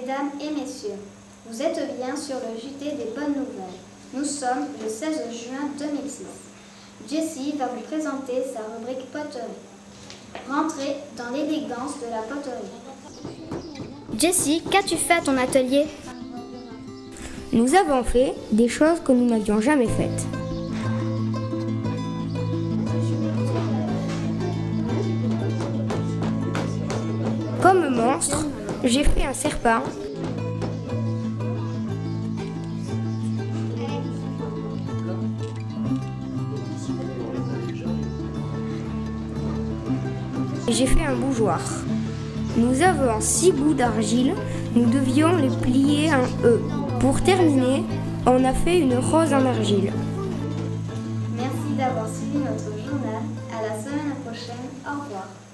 Mesdames et messieurs, vous êtes bien sur le JT des bonnes nouvelles. Nous sommes le 16 juin 2006. Jessie va vous présenter sa rubrique poterie. Rentrez dans l'élégance de la poterie. Jessie, qu'as-tu fait à ton atelier? Nous avons fait des choses que nous n'avions jamais faites. Comme monstre, j'ai fait un serpent. Et j'ai fait un bougeoir. Nous avons 6 bouts d'argile, nous devions les plier en E. Pour terminer, on a fait une rose en argile. Merci d'avoir suivi notre journal. À la semaine prochaine. Au revoir.